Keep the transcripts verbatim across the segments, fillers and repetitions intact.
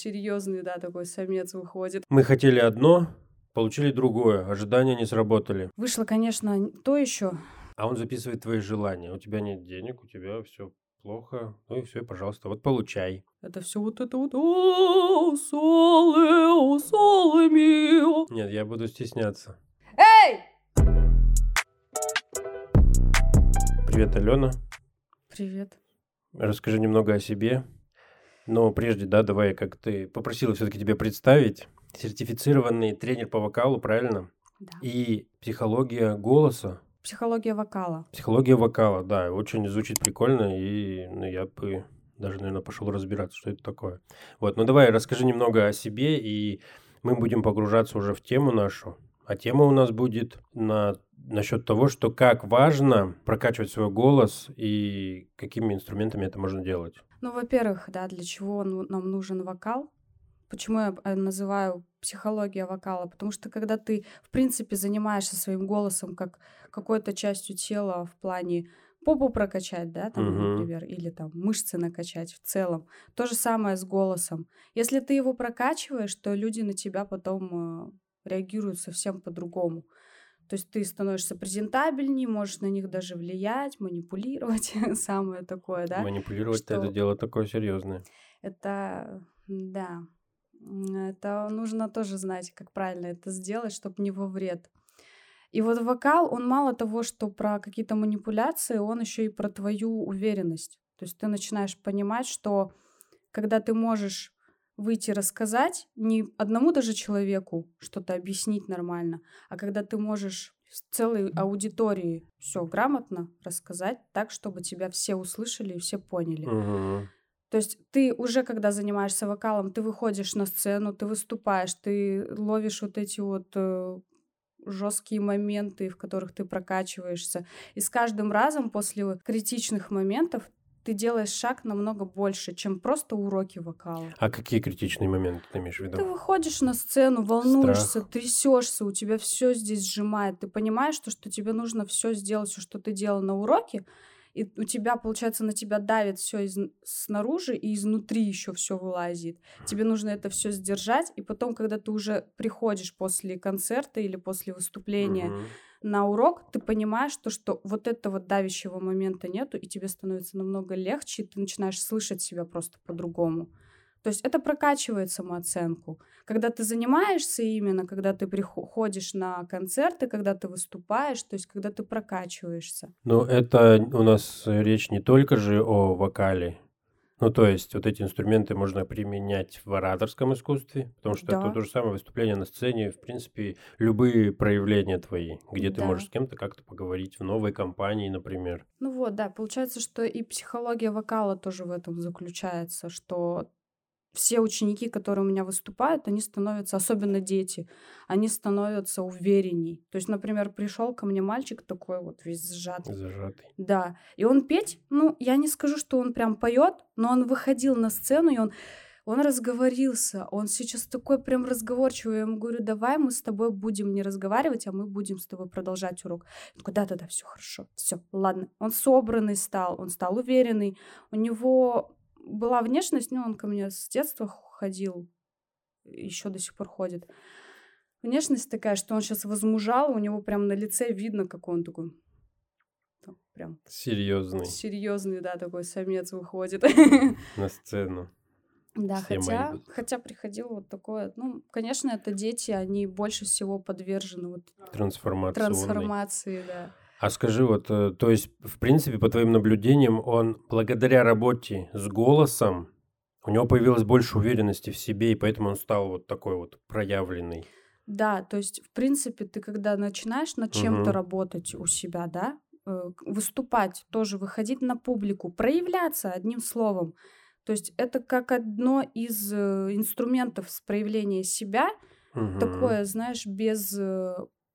серьезный, да, такой самец выходит. Мы хотели одно, получили другое, ожидания не сработали. Вышло, конечно, то еще. А он записывает твои желания. У тебя нет денег, у тебя все плохо. Ну и все, пожалуйста, вот получай. Это все вот это вот «О, соле, о, соле мио». Нет, я буду стесняться. Эй! Привет, Алена. Привет. Расскажи немного о себе. Но прежде, да, давай, как ты попросила все-таки тебя представить. Сертифицированный тренер по вокалу, правильно? Да. И психология голоса. Психология вокала. Психология вокала, да, очень звучит прикольно, и ну, я бы даже, наверное, пошел разбираться, что это такое. Вот, ну давай расскажи немного о себе, и мы будем погружаться уже в тему нашу. А тема у нас будет на, насчет того, что как важно прокачивать свой голос и какими инструментами это можно делать. Ну, во-первых, да, для чего ну- нам нужен вокал? Почему я э, называю психология вокала? Потому что когда ты, в принципе, занимаешься своим голосом как какой-то частью тела в плане попу прокачать, да, там, Мгм. например, или там мышцы накачать в целом. То же самое с голосом. Если ты его прокачиваешь, то люди на тебя потом э, реагируют совсем по-другому. То есть ты становишься презентабельнее, можешь на них даже влиять, манипулировать, самое такое, да, Манипулировать это что дело такое серьезное. это, да, м, это нужно тоже знать, как правильно это сделать, чтобы не во вред. И вот вокал, он мало того, что про какие-то манипуляции, он еще и про твою уверенность. То есть ты начинаешь понимать, что когда ты можешь выйти рассказать не одному даже человеку что-то объяснить нормально, а когда ты можешь с целой аудитории все грамотно рассказать так, чтобы тебя все услышали и все поняли. Мгм. То есть ты уже, когда занимаешься вокалом, ты выходишь на сцену, ты выступаешь, ты ловишь вот эти вот э, жесткие моменты, в которых ты прокачиваешься. И с каждым разом после вот критичных моментов ты делаешь шаг намного больше, чем просто уроки вокала. А какие критичные моменты ты имеешь в Ты виду? выходишь на сцену, волнуешься, Страх. трясешься, у тебя все здесь сжимает. Ты понимаешь, что, что тебе нужно все сделать, все, что ты делал на уроке, и у тебя, получается, на тебя давит все снаружи, и изнутри еще все вылазит. Тебе нужно это все сдержать, и потом, когда ты уже приходишь после концерта или после выступления Мгм. на урок, ты понимаешь, то, что вот этого давящего момента нету, и тебе становится намного легче, и ты начинаешь слышать себя просто по-другому. То есть это прокачивает самооценку. Когда ты занимаешься именно, когда ты приходишь на концерты, когда ты выступаешь, то есть когда ты прокачиваешься. Ну, это у нас э, речь не только же о вокале. Ну, то есть вот эти инструменты можно применять в ораторском искусстве, потому что это Да, то же самое выступление на сцене, в принципе, любые проявления твои, где ты можешь да. с кем-то как-то поговорить в новой компании, например. Ну вот, да, получается, что и психология вокала тоже в этом заключается, что все ученики, которые у меня выступают, они становятся, особенно дети, они становятся уверенней. То есть, например, пришел ко мне мальчик такой вот весь сжатый. Зажатый. Да, и он петь, ну, я не скажу, что он прям поет, но он выходил на сцену, и он, он разговорился, он сейчас такой прям разговорчивый. Я ему говорю, давай мы с тобой будем не разговаривать, а мы будем с тобой продолжать урок. Он такой, да-да-да, все хорошо, все, ладно. Он собранный стал, он стал уверенный. У него была внешность, ну, он ко мне с детства ходил, еще до сих пор ходит. Внешность такая, что он сейчас возмужал, у него прям на лице видно, как он такой, там, прям Серьезный. серьезный, да, такой самец выходит. На сцену. Да, Все мои хотя, идут. хотя приходило вот такое, ну, конечно, это дети, они больше всего подвержены вот Трансформационный. трансформации, да. А скажи, вот, э, то есть, в принципе, по твоим наблюдениям, он благодаря работе с голосом, у него появилось больше уверенности в себе, и поэтому он стал вот такой вот проявленный. Да, то есть, в принципе, ты когда начинаешь над чем-то Мгм. работать у себя, да, э, к- выступать, тоже выходить на публику, проявляться одним словом. То есть это как одно из э, инструментов с проявления себя, Мгм. такое, знаешь, без э,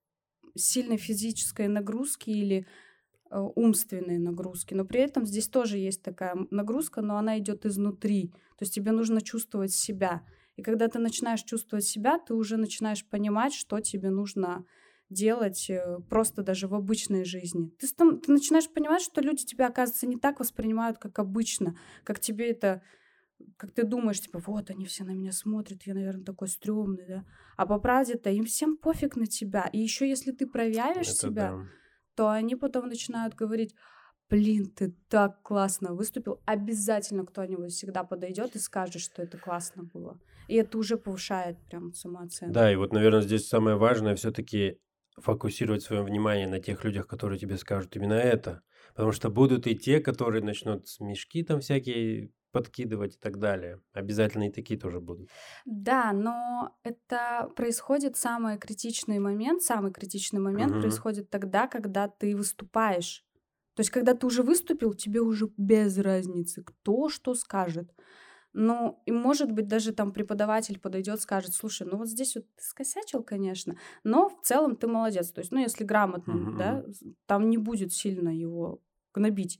сильной физической нагрузки или э, умственной нагрузки. Но при этом здесь тоже есть такая м- нагрузка, но она идет изнутри. То есть тебе нужно чувствовать себя. И когда ты начинаешь чувствовать себя, ты уже начинаешь понимать, что тебе нужно делать э, просто даже в обычной жизни. Ты, стан- ты начинаешь понимать, что люди тебя, оказывается, не так воспринимают, как обычно, как тебе это как ты думаешь, типа, вот они все на меня смотрят, я, наверное, такой стрёмный, да. А по правде-то им всем пофиг на тебя. И еще если ты проявишь Это себя, да. то они потом начинают говорить: блин, ты так классно выступил. Обязательно кто-нибудь всегда подойдет и скажет, что это классно было. И это уже повышает прям самооценку. Да, и вот, наверное, здесь самое важное все-таки фокусировать свое внимание на тех людях, которые тебе скажут именно это. Потому что будут и те, которые начнут смешки там всякие подкидывать и так далее. Обязательно и такие тоже будут. Да, но это происходит самый критичный момент, самый критичный момент Мгм. происходит тогда, когда ты выступаешь. То есть, когда ты уже выступил, тебе уже без разницы, кто что скажет. Ну, и может быть, даже там преподаватель подойдет, скажет: слушай, ну вот здесь вот ты скосячил, конечно, но в целом ты молодец. То есть, ну, если грамотно, Мгм, да, мгм. с- там не будет сильно его гнобить.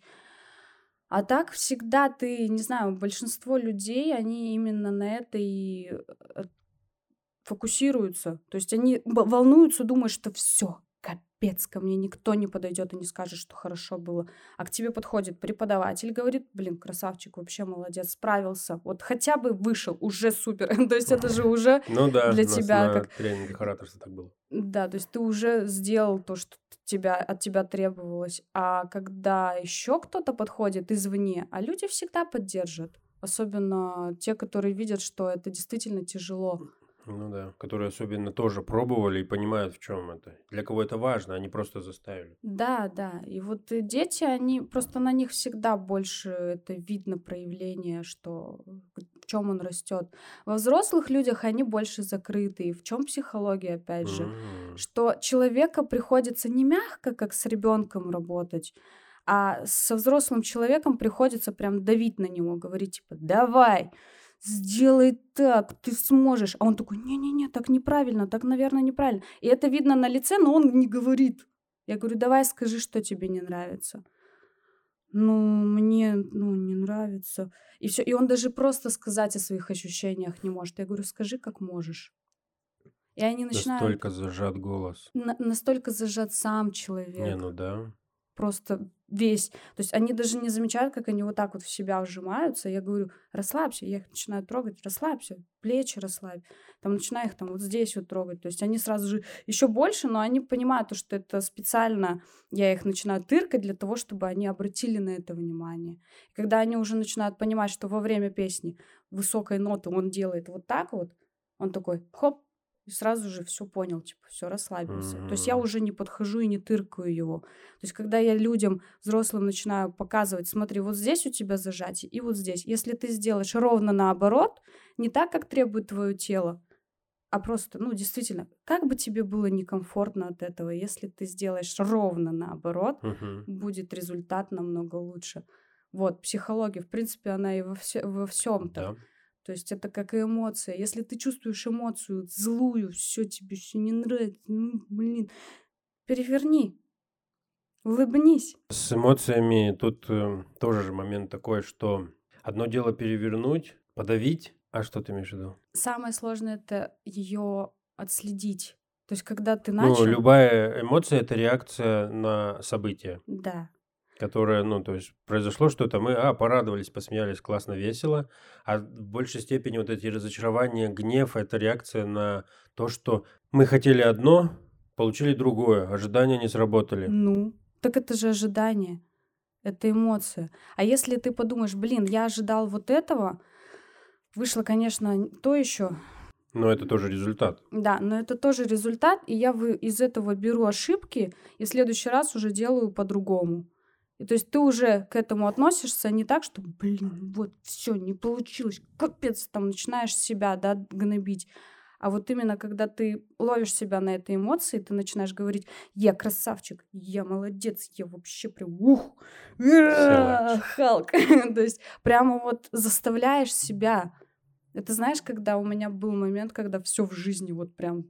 А так всегда ты, не знаю, большинство людей, они именно на это и э, фокусируются. То есть они б волнуются, думают, что все, капец, ко мне никто не подойдет и не скажет, что хорошо было. А к тебе подходит преподаватель, говорит: блин, красавчик, вообще молодец, справился. Вот хотя бы вышел, уже супер. То есть это же уже Ну да, для у нас тебя на как тренингах ораторства так было. да, то есть ты уже сделал то, что т тебя от тебя требовалось. А когда еще кто-то подходит извне, а люди всегда поддержат, особенно те, которые видят, что это действительно тяжело. Ну да, которые особенно тоже пробовали и понимают, в чем это. Для кого это важно, они просто заставили. Да, да. И вот э, дети, они просто на них всегда больше это видно проявление, что г- в чем он растет. Во взрослых людях они больше закрыты. И в чем психология, опять же, М. что человека приходится не мягко, как с ребенком работать, а со взрослым человеком приходится прям давить на него, говорить типа: давай, сделай так, ты сможешь. А он такой: не-не-не, так неправильно, так, наверное, неправильно. И это видно на лице, но он не говорит. Я говорю: давай скажи, что тебе не нравится. Ну, мне, ну, не нравится. И все. И он даже просто сказать о своих ощущениях не может. Я говорю: скажи, как можешь. И они начинают Настолько зажат голос. на- настолько зажат сам Не, человек. ну да. Просто весь. То есть они даже не замечают, как они вот так вот в себя вжимаются. Я говорю: расслабься. Я их начинаю трогать: расслабься, плечи расслабь. Там начинаю их там вот здесь вот трогать. То есть они сразу же еще больше, но они понимают то, что это специально я их начинаю тыркать для того, чтобы они обратили на это внимание. И когда они уже начинают понимать, что во время песни высокой ноты он делает вот так вот, он такой хоп, и сразу же все понял, типа, все расслабился. То есть я Мгм. уже не подхожу и не тыркаю его. То есть когда я людям, взрослым, начинаю показывать: смотри, вот здесь у тебя зажатие и вот здесь. Если ты сделаешь ровно наоборот, не так, как требует твое тело, а просто, ну, действительно, как бы тебе было некомфортно от этого, если ты сделаешь ровно наоборот, Мгм. будет результат намного лучше. Вот, психология, в принципе, она и во, все, во всем так. Да. То есть это как и эмоция. Если ты чувствуешь эмоцию злую, все тебе все не нравится, ну, блин, переверни, улыбнись. С эмоциями тут э, тоже же момент такой, что одно дело перевернуть, подавить. А что ты имеешь в виду? Самое сложное — это ее отследить. То есть когда ты Ну, начал. любая эмоция– это реакция на событие, Да. которое, ну, то есть произошло что-то, мы, а, порадовались, посмеялись, классно, весело, а в большей степени вот эти разочарования, гнев– это реакция на то, что мы хотели одно, получили другое, ожидания не сработали. Ну, так это же ожидание, это эмоция. А если ты подумаешь: блин, я ожидал вот этого, вышло, конечно, н то еще. Но это тоже результат. Да, но это тоже результат, и я вы из этого беру ошибки и в следующий раз уже делаю по-другому. И то есть ты уже к этому относишься не так, что: блин, вот все не получилось, капец, там начинаешь себя, да, гнобить. А вот именно когда ты ловишь себя на этой эмоции, ты начинаешь говорить: я красавчик, я молодец, я вообще прям ух, а, Силач. Халк. То есть прямо вот заставляешь себя. Это знаешь, когда у меня был момент, когда все в жизни вот прям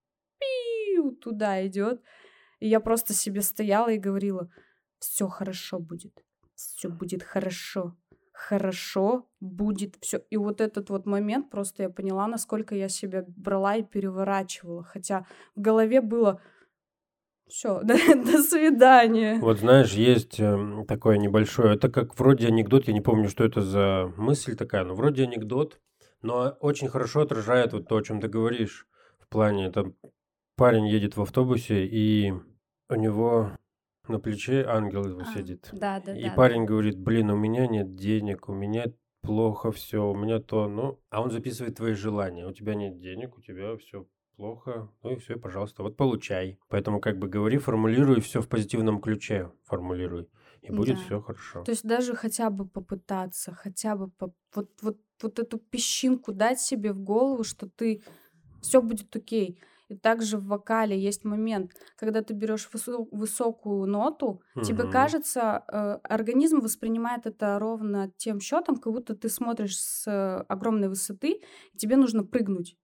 пиу туда идет, и я просто себе стояла и говорила: все хорошо будет, все будет хорошо, хорошо будет все. И вот этот вот момент просто я поняла, насколько я себя брала и переворачивала. Хотя в голове было: Все, до, до свидания. Вот знаешь, есть эм, такое небольшое, это как вроде анекдот, я не помню, что это за мысль такая, но вроде анекдот, но очень хорошо отражает вот то, о чем ты говоришь. В плане, это парень едет в автобусе, и у него на плече ангел его А, сидит. да, да, И да, да. парень говорит, блин, у меня нет денег, у меня плохо все, у меня то, ну, а он записывает твои желания. У тебя нет денег, у тебя все плохо, ну и все, пожалуйста, вот получай. Поэтому как бы говори, формулируй все в позитивном ключе, формулируй, и будет Да. все хорошо. То есть даже хотя бы попытаться, хотя бы по- вот, вот, вот эту песчинку дать себе в голову, что ты все будет окей. И также в вокале есть момент, когда ты берешь высо- высокую ноту, тебе Мгм. кажется, э, организм воспринимает это ровно тем счетом, как будто ты смотришь с э, огромной высоты, и тебе нужно прыгнуть.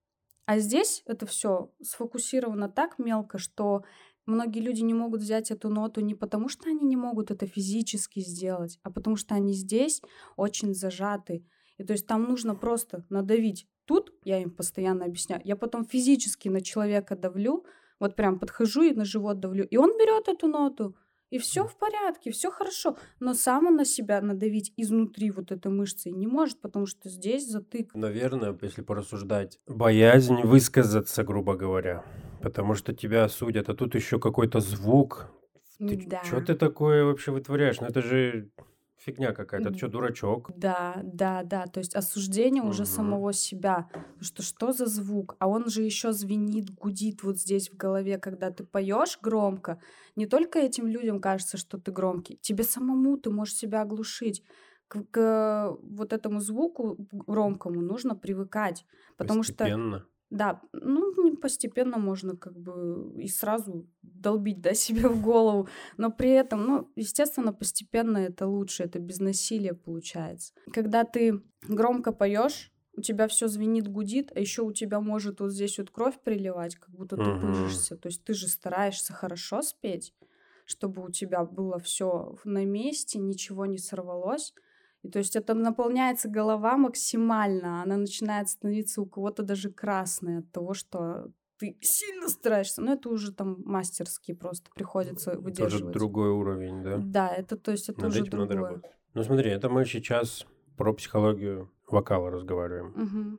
А здесь это все сфокусировано так мелко, что многие люди не могут взять эту ноту не потому, что они не могут это физически сделать, а потому что они здесь очень зажаты. И то есть там нужно просто надавить. Тут я им постоянно объясняю. Я потом физически на человека давлю, вот прям подхожу и на живот давлю, и он берет эту ноту. И все в порядке, все хорошо. Но сам он на себя надавить изнутри вот этой мышцей не может, потому что здесь затык. Наверное, если порассуждать, боязнь высказаться, грубо говоря, потому что тебя осудят, а тут еще какой-то звук. Ты что Да. ты такое вообще вытворяешь? Ну это же фигня какая-то. Ты что, М, дурачок? Да, да, да. То есть осуждение уже Мгм. самого себя. Потому что что за звук? А он же еще звенит, гудит вот здесь в голове, когда ты поешь громко. Не только этим людям кажется, что ты громкий, тебе самому ты можешь себя оглушить. К, к вот этому звуку громкому нужно привыкать, потому что Постепенно. да, ну, не постепенно можно как бы и сразу долбить, да, себе в голову, но при этом, ну, естественно, постепенно это лучше, это без насилия получается. Когда ты громко поешь, у тебя все звенит, гудит, а еще у тебя может вот здесь вот кровь приливать, как будто ты Мгм. пыжишься. То есть ты же стараешься хорошо спеть, чтобы у тебя было все на месте, ничего не сорвалось. И то есть это наполняется голова максимально, она начинает становиться у кого-то даже красной от того, что ты сильно стараешься. Но это уже там мастерски просто приходится Это уже выдерживать. другой уровень, да? Да, это то есть это Над уже этим надо другое. работать. Ну смотри, это мы сейчас про психологию вокала разговариваем. Мгм.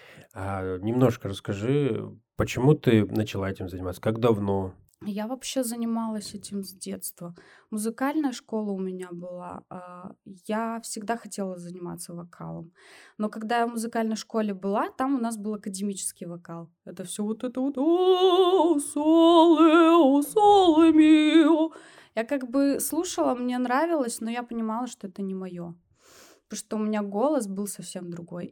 А немножко расскажи, почему ты начала этим заниматься? Как давно? Я вообще занималась этим с детства. Музыкальная школа у меня была. а, Я всегда хотела заниматься вокалом. Но когда я в музыкальной школе была, там у нас был академический вокал. Это все вот это вот «О, соле, о, соле мио». Я как бы слушала, мне нравилось, но я понимала, что это не мое. Потому что у меня голос был совсем другой.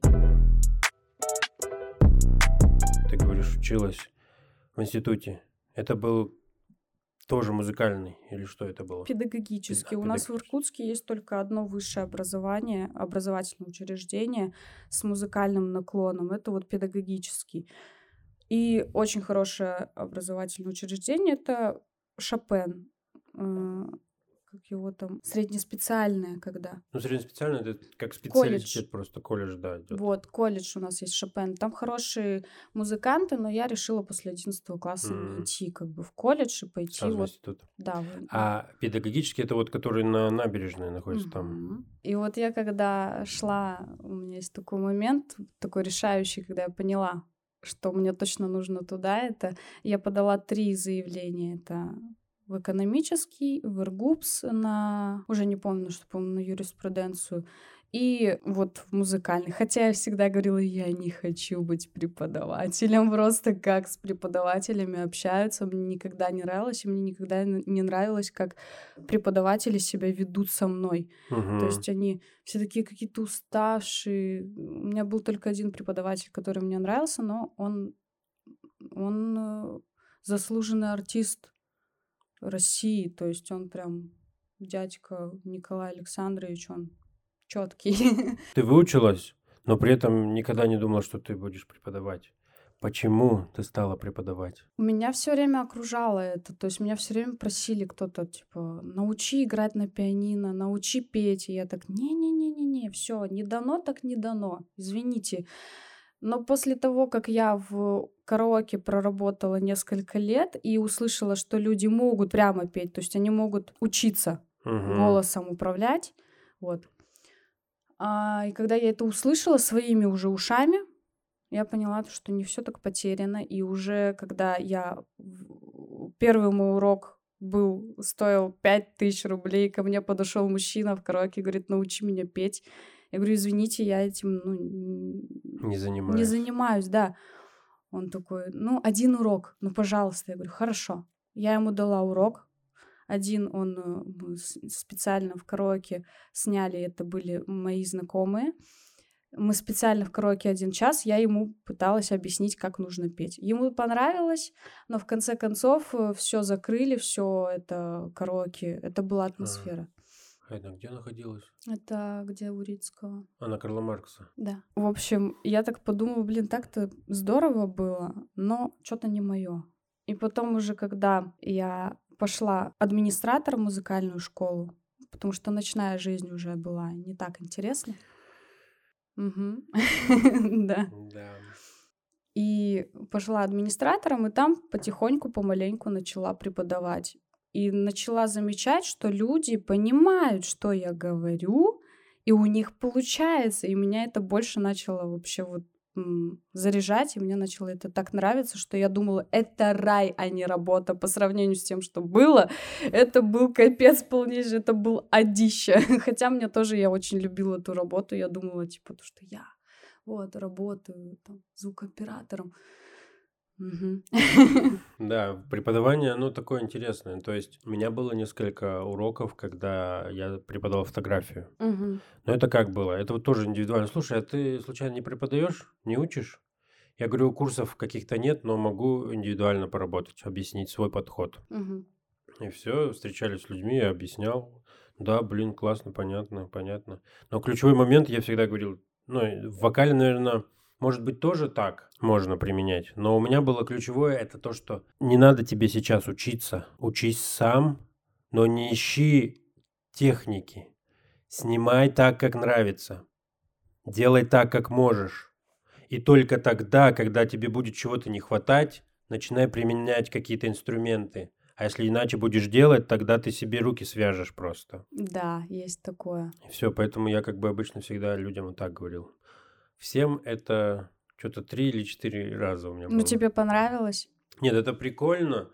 Ты говоришь, училась в институте. Это был тоже музыкальный или что это было? Пед- а, Педагогический. У нас в педагогический. Иркутске есть только одно высшее образование, образовательное учреждение с музыкальным наклоном. Это вот педагогический. И очень хорошее образовательное учреждение — это Шопен. Э, Как его там? Среднеспециальное, когда. Ну, среднеспециальный это как Колледж. специалитет, просто колледж, да, идет. Вот, колледж у нас есть Шопен. Там хорошие музыканты, но я решила после одиннадцатого класса не М, идти как бы в колледж и пойти Сразу в вот, институт. да, в- А педагогический это вот который на набережной находится там. Мгм. И вот я когда шла, у меня есть такой момент, такой решающий, когда я поняла, что мне точно нужно туда, это я подала три заявления. Это в экономический, в ИРГУПС на, уже не помню, что, по-моему, на юриспруденцию, и вот в музыкальный. Хотя я всегда говорила, я не хочу быть преподавателем, просто как с преподавателями общаются, мне никогда не нравилось, и мне никогда н- не нравилось, как преподаватели себя ведут со мной. То Мгм. есть они все такие какие-то уставшие. У меня был только один преподаватель, который мне нравился, но он, он э, заслуженный артист России. То есть он прям дядька Николай Александрович, он четкий. Ты выучилась, но при этом никогда не думала, что ты будешь преподавать. Почему ты стала преподавать? Меня все время окружало это. То есть меня все время просили кто-то, типа, научи играть на пианино, научи петь. И я так, не-не-не-не-не, все, не дано, так не дано. Извините. Но после того, как я в караоке проработала несколько лет и услышала, что люди могут прямо петь, то есть они могут учиться Мгм. голосом управлять, вот. А, и когда я это услышала своими уже ушами, я поняла, что не все так потеряно. И уже когда я... в- Первый мой урок был, стоил пять тысяч рублей, ко мне подошел мужчина в караоке и говорит, научи меня петь. Я говорю, извините, я этим ну, н- Не не занимаюсь. занимаюсь, да. Он такой, ну, один урок, ну, пожалуйста. Я говорю, хорошо. Я ему дала урок. Один он э, мы с- специально в караоке сняли, это были мои знакомые. Мы специально в караоке один час, я ему пыталась объяснить, как нужно петь. Ему понравилось, но в конце концов все закрыли, все это караоке, это была А, атмосфера. а это где находилась? Это где у Рицкого? А, на Карла Маркса. Да. В общем, я так подумала, блин, так-то здорово было, но что-то не мое. И потом уже, когда я пошла администратором в музыкальную школу, потому что ночная жизнь уже была не так интересна. Мгм. Да. Да. И пошла администратором, и там потихоньку, помаленьку начала преподавать. И начала замечать, что люди понимают, что я говорю, и у них получается. И меня это больше начало вообще вот м, заряжать, и мне начало это так нравиться, что я думала, это рай, а не работа. По сравнению с тем, что было, это был капец полнейший, это был адище. Хотя мне тоже, я очень любила эту работу, я думала, типа, то, что я вот, работаю там звукооператором. Мгм. Да, преподавание, оно такое интересное. То есть у меня было несколько уроков, когда я преподавал фотографию. Мгм. Но это как было? Это вот тоже индивидуально. Слушай, а ты случайно не преподаешь, не учишь? Я говорю, курсов каких-то нет, но могу индивидуально поработать, объяснить свой подход. Мгм. И все, встречались с людьми, я объяснял. Да, блин, классно, понятно, понятно. Но ключевой момент, я всегда говорил, ну, и в вокале, наверное, может быть, тоже так можно применять. Но у меня было ключевое, это то, что не надо тебе сейчас учиться. Учись сам, но не ищи техники. Снимай так, как нравится. Делай так, как можешь. И только тогда, когда тебе будет чего-то не хватать, начинай применять какие-то инструменты. А если иначе будешь делать, тогда ты себе руки свяжешь просто. Да, есть такое. И все, поэтому я как бы обычно всегда людям вот так говорил. Всем это что-то три или четыре раза у меня Ну, было. тебе понравилось? Нет, это прикольно,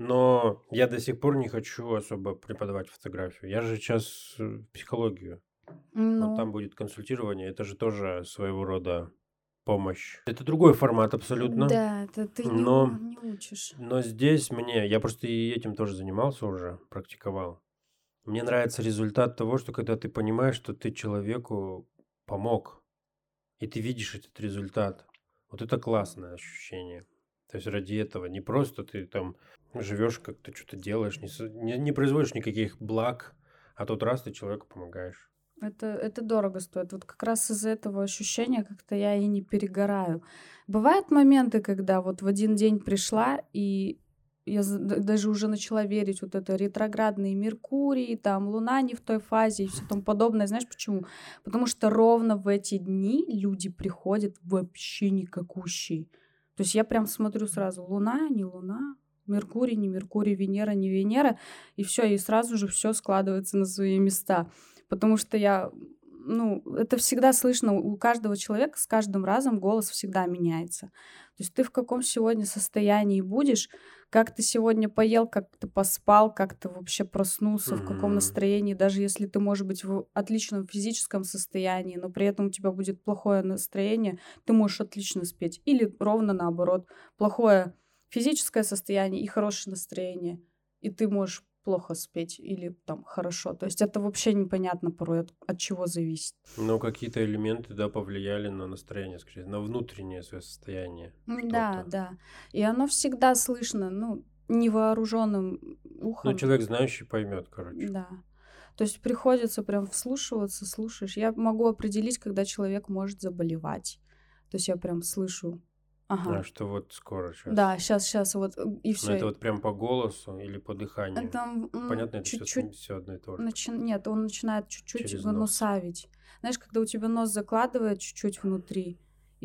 но я до сих пор не хочу особо преподавать фотографию. Я же сейчас э, психологию. Вот там Ну, будет консультирование. Это же тоже своего рода помощь. Это другой формат абсолютно. да, это ты не, у- Но, не учишь. но здесь мне, я просто и этим тоже занимался уже, практиковал. Мне нравится результат того, что когда ты понимаешь, что ты человеку помог, и ты видишь этот результат. Вот это классное ощущение. То есть ради этого не просто ты там живешь, как-то что-то делаешь, не, со- не, не производишь никаких благ, а тут раз ты человеку помогаешь. Это, это дорого стоит. Вот как раз из-за этого ощущения как-то я и не перегораю. Бывают моменты, когда вот в один день пришла, и я за- д- даже уже начала верить вот это ретроградный Меркурий, там Луна не в той фазе и все тому подобное. Знаешь почему? Потому что ровно в эти дни люди приходят вообще никакущие. То есть я прям смотрю сразу, Луна, не Луна, Меркурий, не Меркурий, Венера, не Венера, и все, и сразу же все складывается на свои места. Потому что я, ну, это всегда слышно у каждого человека, с каждым разом голос всегда меняется. То есть ты в каком сегодня состоянии будешь, как ты сегодня поел, как ты поспал, как ты вообще проснулся, в каком Мгм. настроении, даже если ты, может быть, в отличном физическом состоянии, но при этом у тебя будет плохое настроение, ты можешь отлично спеть. Или ровно наоборот, плохое физическое состояние и хорошее настроение, и ты можешь плохо спеть или там хорошо. То есть это вообще непонятно порой от, от чего зависит. Но какие-то элементы, да, повлияли на настроение, скорее, на внутреннее свое состояние. М, Да, Что-то. да. И оно всегда слышно, ну, невооруженным Ну, ухом. человек знающий поймет, короче. Да. То есть приходится прям вслушиваться, слушаешь. Я могу определить, когда человек может заболевать. То есть я прям слышу, А ага, что вот скоро сейчас. да, сейчас, сейчас, вот, э, и Но это все. вот прям по голосу или по дыханию. Там м, Понятно, это чуть-чуть все одно и то же. начи- Нет, он начинает чуть-чуть Через нос. вынусавить. Знаешь, когда у тебя нос закладывает чуть-чуть внутри,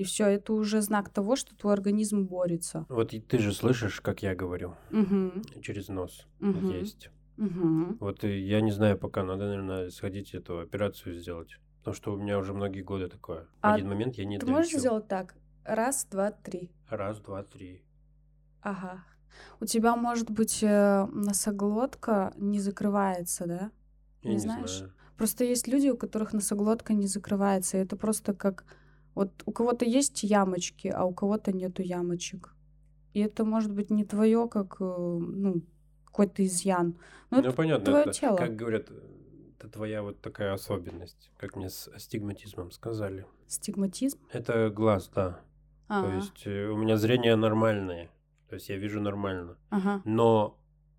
И все, это уже знак того, что твой организм борется. Вот и ты же слышишь, как я говорю, Мгм. через нос Мгм. есть. Мгм. Вот и я не знаю пока, надо, наверное, сходить эту операцию сделать. Потому что у меня уже многие годы такое. В А один момент я не Ты можешь долечу. сделать так? Раз, два, три. Раз, два, три. Ага. У тебя, может быть, э, носоглотка не закрывается, да? Я Не не знаешь? знаю. Просто есть люди, у которых носоглотка не закрывается. И это просто как... Вот у кого-то есть ямочки, а у кого-то нету ямочек. И это может быть не твое, как, э, ну, какой-то изъян. Но Ну, это понятно, твое это, тело. как говорят, это твоя вот такая особенность, как мне с астигматизмом сказали. Стигматизм? Это глаз, да. То А, есть э, у меня зрение нормальное, то есть я вижу нормально. ага. Но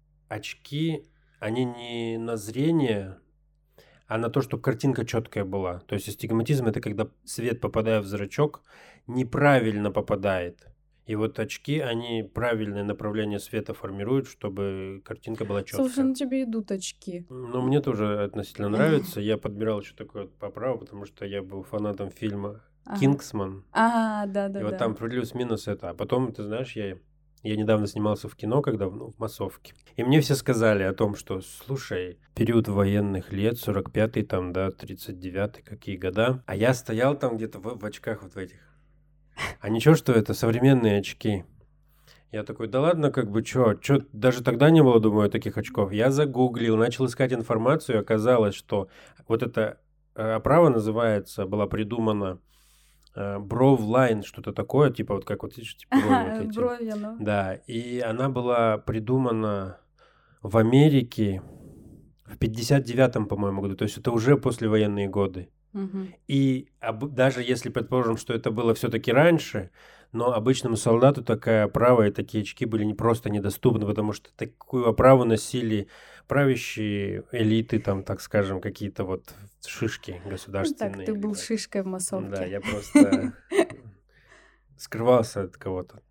очки, они не на зрение, а на то, чтобы картинка четкая была. То есть астигматизм это когда свет, попадая в зрачок, неправильно попадает. И вот очки, они правильное направление света формируют, чтобы картинка была Слушай, четкая. ну тебе идут очки. Но мне тоже относительно нравится. Я подбирал еще такое вот поправу, потому что я был фанатом фильма Ага. «Кингсман». А, И вот да-да-да. там плюс-минус это. А потом, ты знаешь, я, я недавно снимался в кино, когда ну, в массовке. И мне все сказали о том, что, слушай, период военных лет, сорок пятый там, да, тридцать девятый, какие года. А я стоял там где-то в, в очках вот в этих. А ничего, что это современные очки. Я такой, да ладно, как бы, чё, чё, даже тогда не было, думаю, таких очков. Я загуглил, начал искать информацию, и оказалось, что вот эта э, оправа называется, была придумана э, Brovline, что-то такое, типа вот как вот, видишь, типа брови вот эти. Брови, ну. Да, и она была придумана в Америке в пятьдесят девятом, по-моему, году, то есть это уже послевоенные годы. Мгм. И об- даже если предположим, что это было все-таки раньше, но обычному солдату такая оправа и такие очки были не просто недоступны, потому что такую оправу носили правящие элиты, там, так скажем, какие-то вот шишки Ну государственные. так, ты или был как. шишкой в Да, массовке. я просто скрывался от кого-то.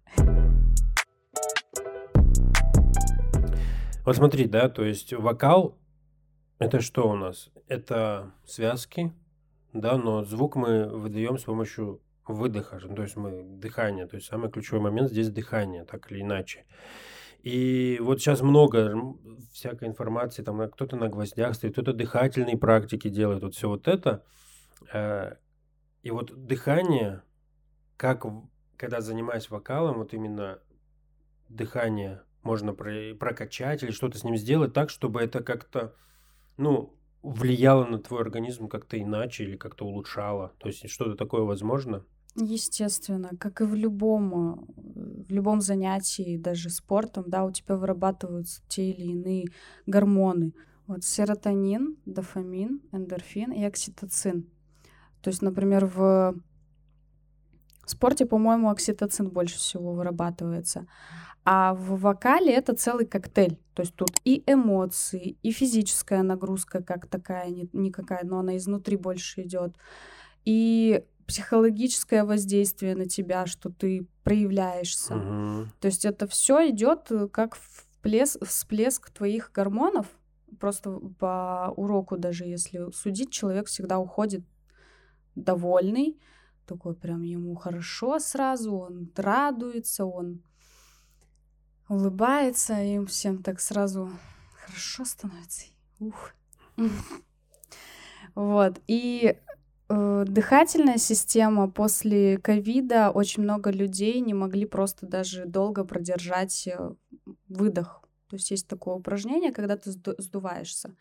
Вот смотри, да, то есть вокал это что у нас? Это связки, да, но звук мы выдаем с помощью выдоха, же, ну, то есть мы дыхание, то есть самый ключевой момент здесь дыхание, так или иначе. И вот сейчас много м, всякой информации, там на- кто-то на гвоздях стоит, кто-то дыхательные практики делает, вот все вот это. Э, И вот дыхание, как в- когда занимаюсь вокалом, вот именно дыхание можно про- прокачать или что-то с ним сделать так, чтобы это как-то, ну, влияло на твой организм как-то иначе или как-то улучшало. То есть что-то такое возможно? Естественно, как и в любом, э, в любом занятии, даже спортом, да, у тебя вырабатываются те или иные гормоны. Вот серотонин, дофамин, эндорфин и окситоцин. То есть, например, в спорте, по-моему, окситоцин больше всего вырабатывается. А в вокале это целый коктейль. То есть тут и эмоции, и физическая нагрузка как такая, не- никакая, но она изнутри больше идет. И психологическое воздействие на тебя, что ты проявляешься. Мгм. То есть это все идет как вплес- всплеск твоих гормонов. Просто по уроку даже если судить, человек всегда уходит довольный, такой прям ему хорошо сразу, он радуется, он улыбается, им всем так сразу хорошо становится. Ух. Вот. И э, дыхательная система после ковида очень много людей не могли просто даже долго продержать э, выдох. То есть есть такое упражнение, когда ты сду- сдуваешься.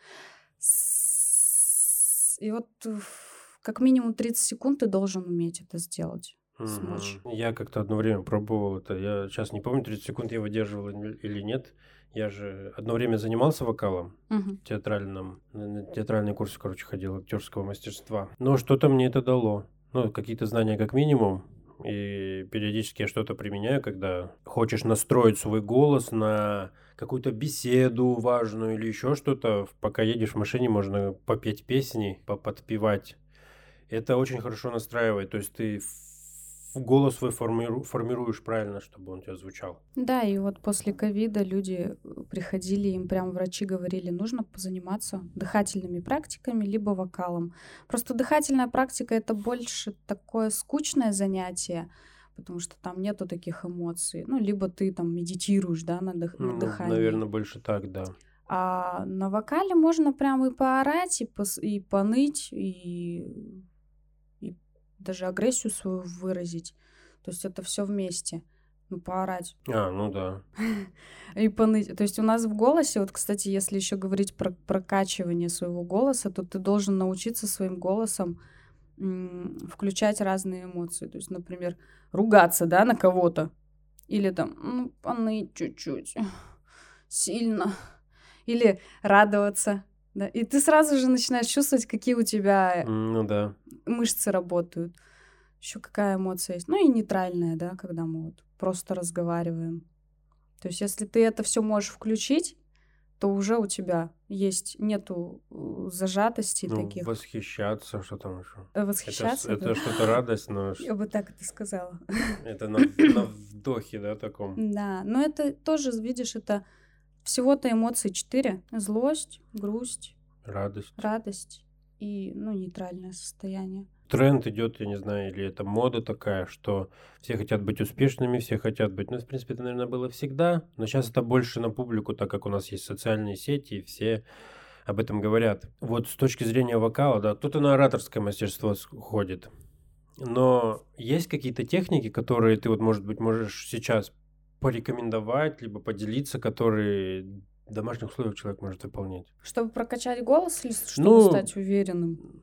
С- И вот э, как минимум тридцать секунд ты должен уметь это сделать, смочь. Мгм. Я как-то одно время пробовал это. Я сейчас не помню, тридцать секунд я выдерживал или или нет. Я же одно время занимался вокалом Мгм. в театральном, на на театральный курс, короче, ходил актерского мастерства. Но что-то мне это дало. Ну, какие-то знания как минимум. И периодически я что-то применяю, когда хочешь настроить свой голос на какую-то беседу важную или еще что-то. Пока едешь в машине, можно попеть песни, поподпевать. Это очень хорошо настраивает. То есть ты голос свой формиру- формируешь правильно, чтобы он у тебя звучал. Да, и вот после ковида люди э, приходили, им прям врачи говорили, нужно позаниматься дыхательными практиками, либо вокалом. Просто дыхательная практика — это больше такое скучное занятие, потому что там нету таких эмоций. Ну, либо ты там медитируешь, да, на, дых- на Ну, дыхании. наверное, больше так, да. А на вокале можно прям и поорать, и, пос- и поныть, и, и даже агрессию свою выразить. То есть это все вместе. Ну, поорать А, ну да. и поныть. То есть у нас в голосе, вот, кстати, если еще говорить про прокачивание своего голоса, то ты должен научиться своим голосом м, включать разные эмоции. То есть, например, ругаться, да, на кого-то. Или там, ну, поныть чуть-чуть, сильно. Или радоваться. Да. И ты сразу же начинаешь чувствовать, какие у тебя М, Ну да. мышцы работают. Еще какая эмоция есть. Ну и нейтральная, да, когда мы вот просто разговариваем. То есть, если ты это все можешь включить, то уже у тебя есть, нету э, зажатостей Ну, таких. восхищаться, что там еще? Э, Это, с- Восхищаться, да? это что-то радость, но ш- Я бы так это сказала. это на, на вдохе, да, таком. Да, но это тоже, видишь, это всего-то эмоции четыре. Злость, грусть, Радость. радость и, ну, нейтральное состояние. Тренд идет, я не знаю, или это мода такая, что все хотят быть успешными, все хотят быть... Ну, в принципе, это, наверное, было всегда, но сейчас это больше на публику, так как у нас есть социальные сети, и все об этом говорят. Вот с точки зрения вокала, да, кто-то на ораторское мастерство с- ходит. Но есть какие-то техники, которые ты, вот, может быть, можешь сейчас порекомендовать, либо поделиться, которые в домашних условиях человек может выполнять? Чтобы прокачать голос или чтобы Ну, стать уверенным?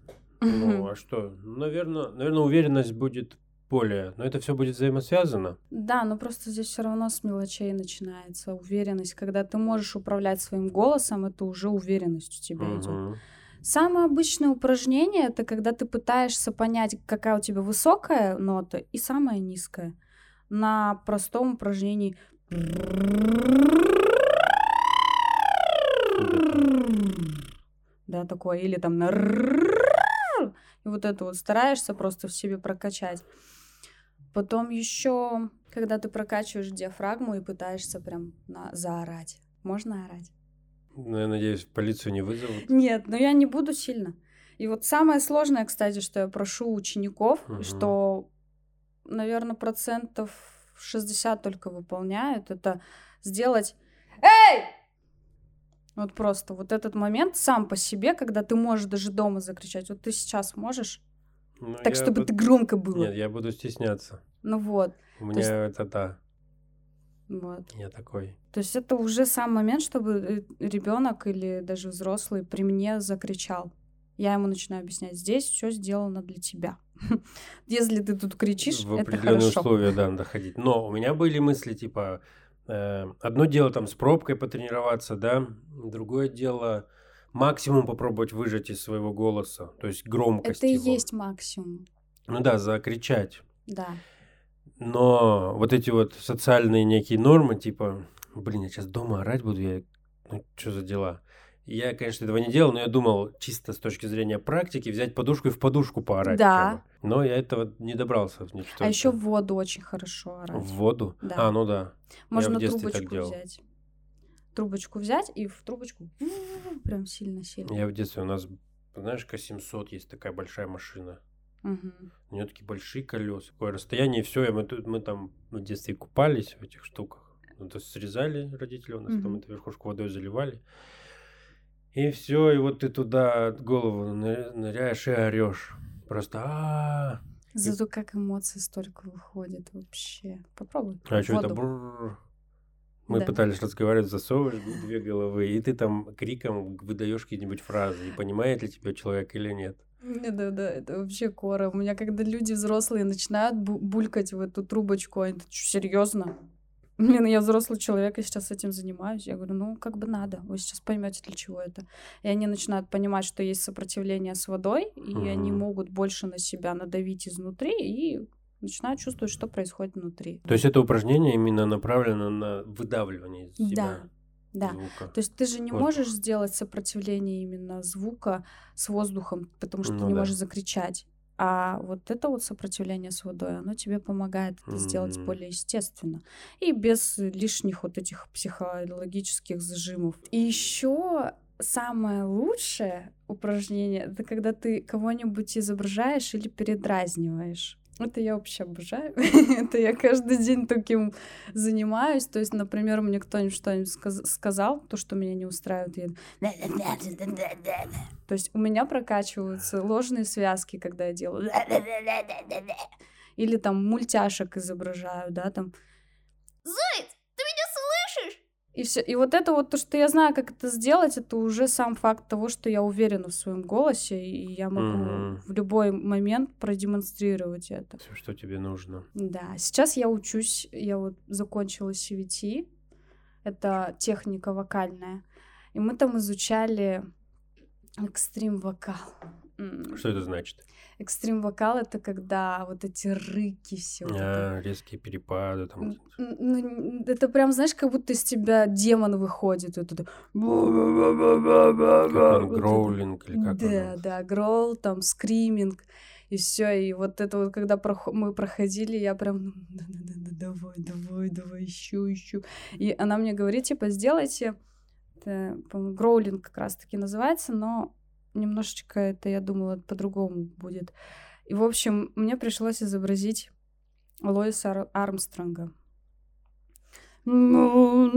ну, а что? Наверное, наверное, уверенность будет более, но это все будет взаимосвязано. Да, но просто здесь все равно с мелочей начинается уверенность. Когда ты можешь управлять своим голосом, это уже уверенность у тебя идет. Мгм. Самое обычное упражнение — это когда ты пытаешься понять, какая у тебя высокая нота и самая низкая. На простом упражнении да, такое, или там на и вот это вот стараешься просто в себе прокачать. Потом еще, когда ты прокачиваешь диафрагму и пытаешься прям на... заорать. Можно орать? Ну, я надеюсь, полицию не вызовут. Нет, но я не буду сильно. И вот самое сложное, кстати, что я прошу учеников, и Мгм. что, наверное, процентов шестьдесят только выполняют, это сделать «Эй!» Вот просто вот этот момент сам по себе, когда ты можешь даже дома закричать. Вот ты сейчас можешь? Ну, Так, я чтобы буд- ты громко было. Нет, я буду стесняться. Ну вот, У То есть- меня это да, вот. я такой. То есть это уже сам момент, чтобы ребенок или даже взрослый при мне закричал. Я ему начинаю объяснять, здесь все сделано для тебя. Если ты тут кричишь, В это определенные хорошо. условия, да, надо ходить. Но у меня были мысли, типа, э, одно дело там с пробкой потренироваться, да, другое дело максимум попробовать выжать из своего голоса, то есть громкость Это и его. есть максимум. Ну да, закричать. Да. Но вот эти вот социальные некие нормы, типа, блин, я сейчас дома орать буду, я, ну, что за дела? И я, конечно, этого не делал, но я думал, чисто с точки зрения практики, взять подушку и в подушку поорать Да. хотя бы. Но я этого не добрался. Ни А еще в воду очень хорошо в орать. воду? Да. А, ну да. Можно в детстве так трубочку делал. взять. Трубочку взять и в трубочку прям сильно-сильно. Я в детстве, у нас, знаешь, К семьсот есть такая большая машина. Мгм. У нее такие большие колеса, такое расстояние, и все, и мы, тут- мы там в детстве купались в этих штуках. Ну, то есть срезали родители у нас, там Мгм. эту верхушку водой заливали. И все, и вот ты туда голову ныря- ныряешь и орешь. Просто а Зато как эмоций столько выходит вообще. Попробуй. А что это? Воду. Бррр. Мы Да. пытались разговаривать, засовываешь две головы, и ты там криком выдаешь какие-нибудь фразы, и понимает ли тебя человек или нет. Да-да-да, это вообще кора. У меня когда люди взрослые начинают бу- булькать в эту трубочку, они такие, что, серьезно? Блин, я взрослый человек, я сейчас этим занимаюсь. Я говорю, ну, как бы надо, вы сейчас поймете, для чего это. И они начинают понимать, что есть сопротивление с водой, и они Мгм. могут больше на себя надавить изнутри, и начинают чувствовать, что происходит внутри. То есть это упражнение именно направлено на выдавливание из Да, себя да. звука. То есть ты же не Воздух. можешь сделать сопротивление именно звука с воздухом, потому что ты Ну не да. можешь закричать. А вот это вот сопротивление с водой, оно тебе помогает это сделать М. более естественно и без лишних вот этих психологических зажимов. И еще самое лучшее упражнение — это когда ты кого-нибудь изображаешь или передразниваешь. Это я вообще обожаю. Это я каждый день таким занимаюсь. То есть, например, мне кто-нибудь что-нибудь сказ- сказал, то, что меня не устраивает, я... То есть у меня прокачиваются ложные связки, когда я делаю... Или там мультяшек изображаю, да, там... Заяц, ты меня слышишь? И все. И вот это вот то, что я знаю, как это сделать, это уже сам факт того, что я уверена в своем голосе, и я могу Мгм. в любой момент продемонстрировать это. Всё, что тебе нужно. Да, сейчас я учусь, я вот закончила си ви ти, это техника вокальная, и мы там изучали экстрим-вокал. М, Что это значит? Экстрим-вокал — это когда вот эти рыки, все вот это. А, резкие перепады там. Н- н- Ну, н- это прям, знаешь, как будто из тебя демон выходит. Вот это. Как Вот он, это. гроулинг или как Да, он? да, гроул, там, скриминг, и все. И вот это вот, когда прохо- мы проходили, я прям, ну, да-да-да, давай, давай, давай, еще, еще. И она мне говорит, типа, сделайте, это, по-моему, гроулинг как раз-таки называется, но немножечко это, я думала, по-другому будет. И, в общем, мне пришлось изобразить Луиса Ар- Армстронга. Moon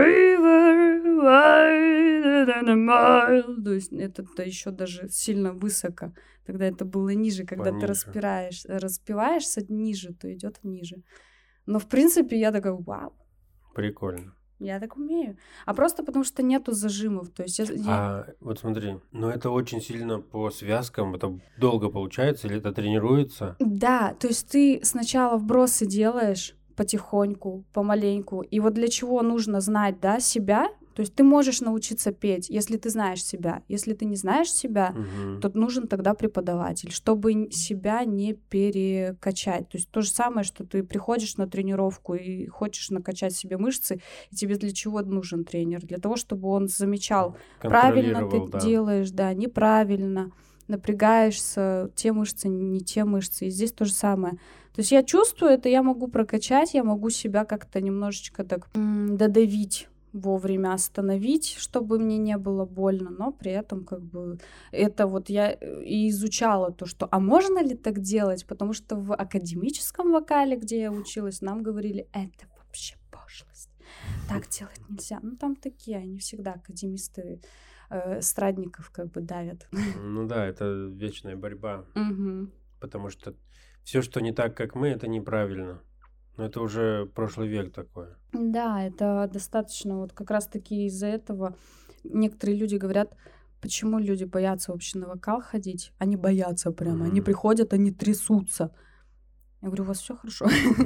river wider than a mile. То есть это еще даже сильно высоко. Тогда это было ниже. Когда ты Пониже. распираешь, распеваешься ниже, то идет ниже. Но в принципе я такая, вау, Прикольно. я так умею. А просто потому что нету зажимов. То есть я- я- А вот смотри, но это очень сильно по связкам, это долго получается или это тренируется? Да, то есть ты сначала вбросы делаешь потихоньку, помаленьку. И вот для чего нужно знать, да, себя. То есть ты можешь научиться петь, если ты знаешь себя. Если ты не знаешь себя, Мгм. то нужен тогда преподаватель, чтобы н- себя не перекачать. То есть то же самое, что ты приходишь на тренировку и хочешь накачать себе мышцы, и тебе для чего нужен тренер? Для того, чтобы он замечал, правильно ты Контролировал, да. делаешь, да, неправильно, напрягаешься, те мышцы, не те мышцы. И здесь то же самое. То есть я чувствую это, я могу прокачать, я могу себя как-то немножечко так м, додавить, вовремя остановить, чтобы мне не было больно, но при этом как бы это вот я э, и изучала то, что а можно ли так делать, потому что в академическом вокале, где я училась, нам говорили, это вообще пошлость, так делать нельзя. Ну там такие, они всегда академисты э, эстрадников как бы давят. Ну да, это вечная борьба, Мгм. потому что все, что не так, как мы, это неправильно. Но это уже прошлый век такое. Да, это достаточно вот как раз-таки из-за этого некоторые люди говорят, почему люди боятся вообще на вокал ходить. Они боятся прямо, они Мгм. приходят, они трясутся. Я говорю, у вас все хорошо?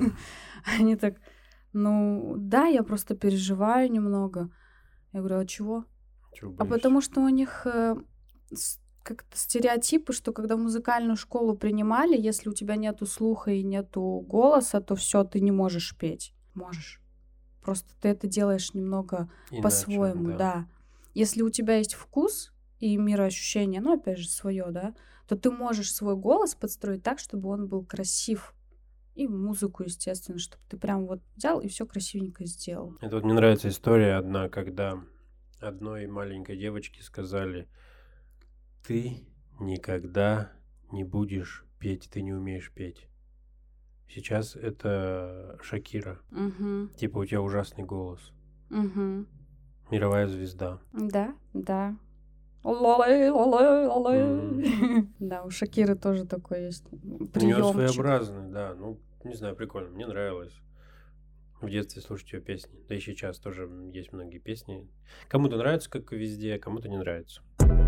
Они так, ну да, я просто переживаю немного. Я говорю, а чего? Чего А боишься? потому что у них э, с- как-то стереотипы, что когда в музыкальную школу принимали, если у тебя нету слуха и нету голоса, то все, ты не можешь петь. Можешь. Просто ты это делаешь немного Иначе, по-своему, да. да. Если у тебя есть вкус и мироощущение, ну, опять же, свое, да, то ты можешь свой голос подстроить так, чтобы он был красив. И музыку, естественно, чтобы ты прям вот взял и все красивенько сделал. Это вот мне нравится история одна, когда одной маленькой девочке сказали, ты никогда не будешь петь, ты не умеешь петь. Сейчас это Шакира. Угу, Типа у тебя ужасный голос. угу. Мировая звезда. Да, да. Лолей, лолей, лолей. Мгм. Да, у Шакиры тоже такой есть У него приемчик. своеобразный, да. Ну, не знаю, прикольно. Мне нравилось в детстве слушать ее песни. Да и сейчас тоже есть многие песни. Кому-то нравится, как и везде, кому-то не нравится.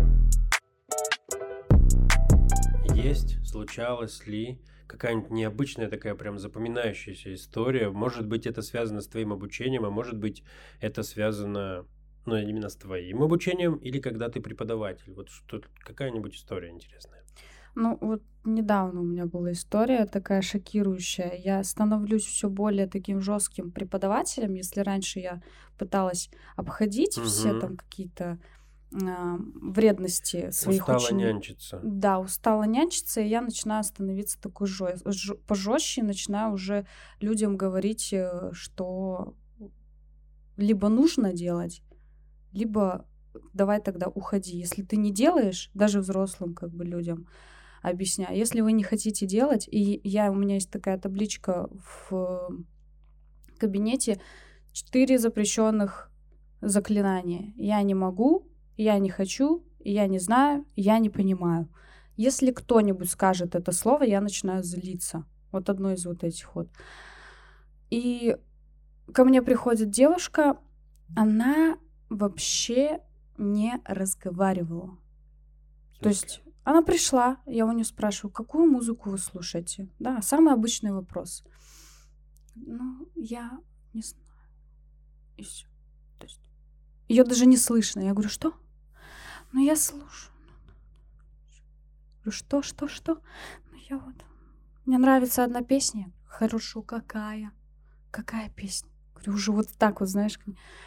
Есть, случалась ли какая-нибудь необычная такая прям запоминающаяся история? Может быть, это связано с твоим обучением, а может быть, это связано, ну, именно с твоим обучением, или когда ты преподаватель? Вот что, какая-нибудь история интересная. Ну, вот недавно у меня была история такая шокирующая. Я становлюсь все более таким жестким преподавателем. Если раньше я пыталась обходить все Мгм. там какие-то а, вредности своих Устала учеников. нянчиться. Да, устала нянчиться, и я начинаю становиться такой жё- жё- пожестче, и начинаю уже людям говорить, э, что либо нужно делать, либо давай тогда уходи. Если ты не делаешь, даже взрослым как бы людям объясняю, если вы не хотите делать, и я, у меня есть такая табличка в кабинете, четыре запрещенных заклинания. Я не могу, я не хочу, я не знаю, я не понимаю. Если кто-нибудь скажет это слово, я начинаю злиться. Вот одно из вот этих вот. И ко мне приходит девушка, она вообще не разговаривала. То есть она пришла, я у нее спрашиваю, какую музыку вы слушаете? Да, самый обычный вопрос. Ну, я не знаю. И все. То есть ее даже не слышно. Я говорю, что? Ну, я слушаю. Говорю, что, что, что? Ну, я вот... Мне нравится одна песня. Хорошо, какая? Какая песня? Говорю, уже вот так вот, знаешь.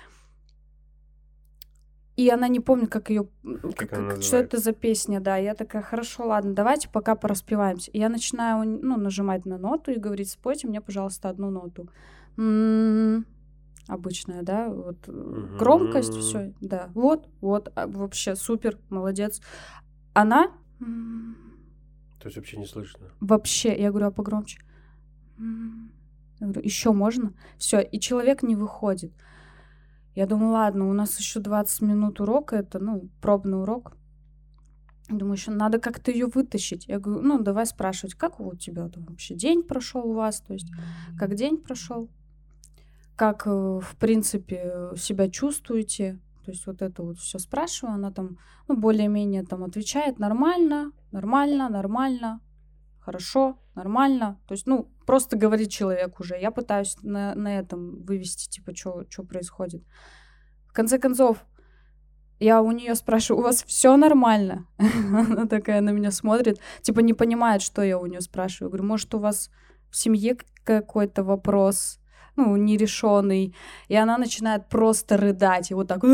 И она не помнит, как ее... Как Как, она как- что это называется? за песня, да. Я такая, хорошо, ладно, давайте пока пораспеваемся. И я начинаю, ну, нажимать на ноту и говорить, спойте мне, пожалуйста, одну ноту. М, Обычная, да, вот э, громкость, Мгм. все, да. Вот, вот, а, вообще супер, молодец. Она м, То есть вообще не слышно. вообще, я говорю, а погромче. М, Я говорю, еще можно? Все, и человек не выходит. Я думаю, ладно, у нас еще двадцать минут урока, это, ну, пробный урок. Думаю, еще надо как-то ее вытащить. Я говорю, ну, давай спрашивать, как у тебя там вообще день прошел у вас, то есть как день прошел, как, э, в принципе, себя чувствуете. То есть вот это вот все спрашиваю, она там, ну, более-менее там отвечает нормально, нормально, нормально, хорошо, нормально. То есть, ну, просто говорит человек уже. Я пытаюсь на, на этом вывести, типа, что происходит. В конце концов, я у нее спрашиваю, у вас все нормально? Она такая на меня смотрит, типа не понимает, что я у нее спрашиваю. Говорю, может, у вас в семье к- какой-то вопрос, ну, нерешенный? И она начинает просто рыдать, и вот так.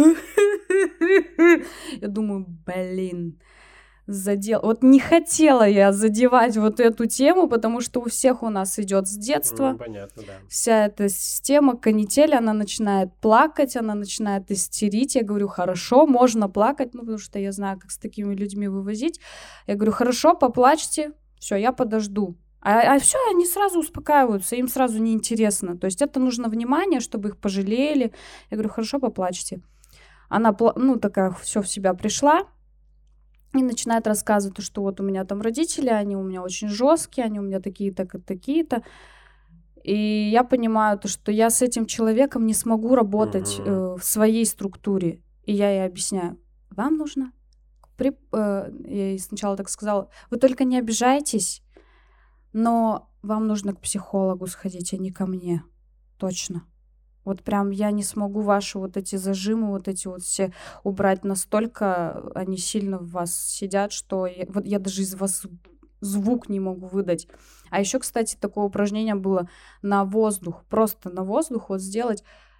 Я думаю, блин, задел. Вот не хотела я задевать вот эту тему, потому что у всех у нас идет с детства. Ну, понятно, да. Вся эта система канители, она начинает плакать, она начинает истерить. Я говорю, хорошо, можно плакать, ну, потому что я знаю, как с такими людьми вывозить. Я говорю, хорошо, поплачьте, все, я подожду. А, а все, они сразу успокаиваются, им сразу неинтересно. То есть это нужно внимание, чтобы их пожалели. Я говорю, хорошо, поплачьте. Она, пла- ну, такая все в себя пришла и начинает рассказывать, что вот у меня там родители, они у меня очень жесткие, они у меня такие-то, такие-то. И я понимаю то, что я с этим человеком не смогу работать Мгм. э, в своей структуре. И я ей объясняю, вам нужно... При... э, я ей сначала так сказала, вы только не обижайтесь, но вам нужно к психологу сходить, а не ко мне. Точно. Вот прям я не смогу ваши вот эти зажимы, вот эти вот все убрать. Настолько они сильно в вас сидят, что я, вот я даже из вас звук не могу выдать. А еще, кстати, такое упражнение было на воздух. Просто на воздух вот сделать.